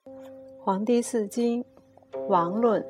黄帝四经王论。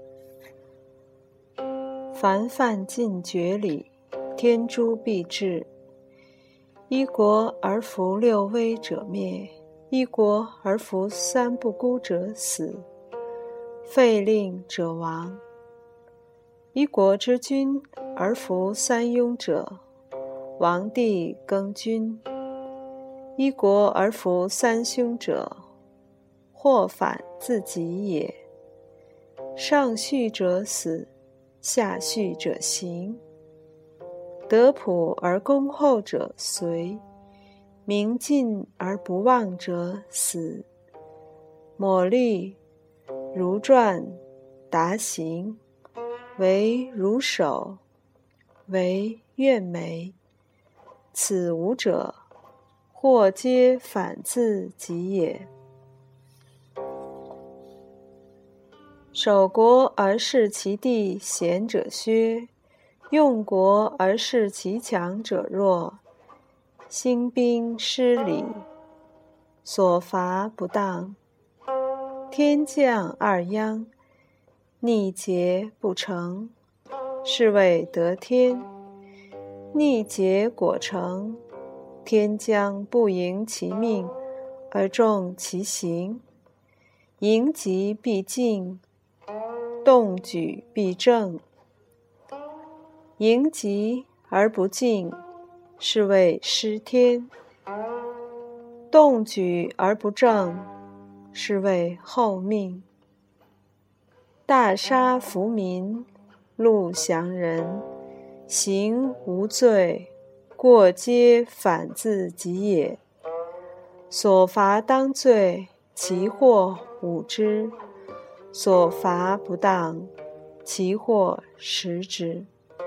凡犯禁绝礼，天诛必至。一国而服六威者灭，一国而服三不孤者死，废令者亡。一国之君而服三庸者，王帝更君。一国而服三凶者，或反自己也。上序者死，下序者行。德普而恭厚者随，明进而不忘者死。抹砺、如传、达行，为如首，为怨美。此五者，或皆反自己也。守国而事其地贤者削，用国而事其强者弱。兴兵失礼，所伐不当。天降二殃，逆节不成，是谓得天。逆节果成，天将不迎其命，而重其行。迎吉必进，动举必正。迎吉而不进，是谓失天。动举而不正，是谓后命。大杀福民，戮降人，行无罪，过皆反自己也。所伐当罪，其祸侮之；所伐不当，其祸食之。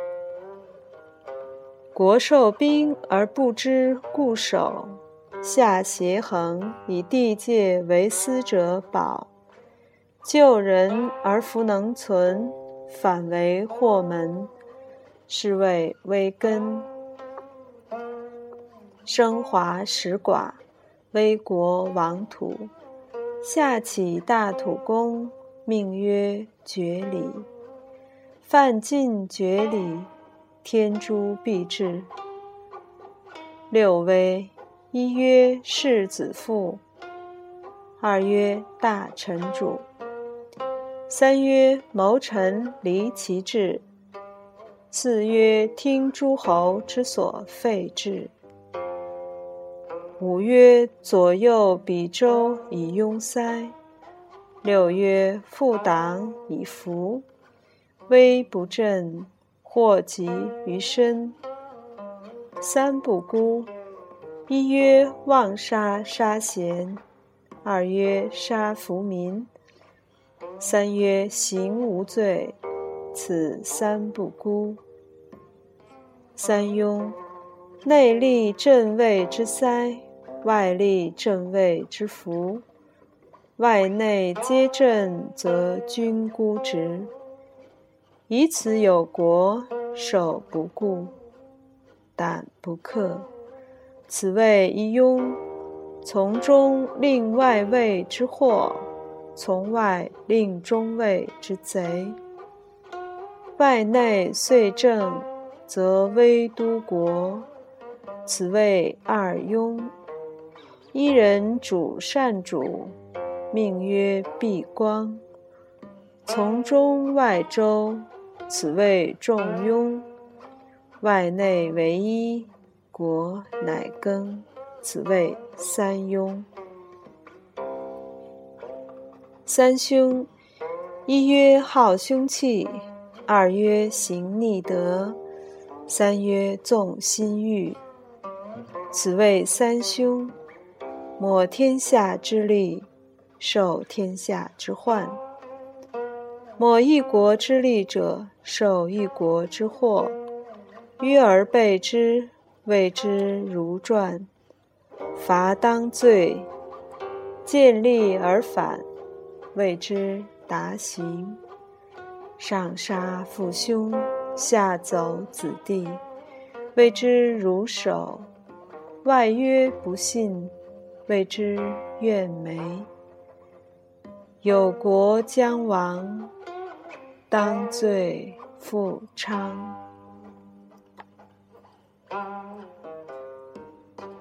国受兵而不知固守，下协衡以地界为私者保。救人而弗能存，反为祸门，是谓危根。生华食寡，危国亡土。下起大土功，命曰绝礼。犯禁绝礼，天诛必至。六威，一曰世子父，二曰大臣主，三曰谋臣离其志，四曰听诸侯之所废制，五曰左右比周以拥塞，六曰复党以服。威不振，祸及于身。三不孤，一曰妄杀杀贤，二曰杀福民，三曰行无罪，此三不孤。三庸，内立正位之塞，外立正位之福。外内皆正，则君孤直。以此有国，守不顾，胆不克，此谓一庸。从中令外卫之祸，从外令中卫之贼。外内遂正，则威都国，此谓二庸。一人主善主，命曰必光，从中外周，此谓众庸。外内为一，国乃更，此谓三庸。三凶，一曰好凶器，二曰行逆德，三曰纵心欲，此谓三凶。抹天下之利，受天下之患。抹一国之利者，受一国之祸。约而备之，谓之如传。伐当罪，见利而反，谓之达行。上杀父兄，下走子弟，谓之如首。外曰不信，谓之怨美。 有国将亡，当罪复昌。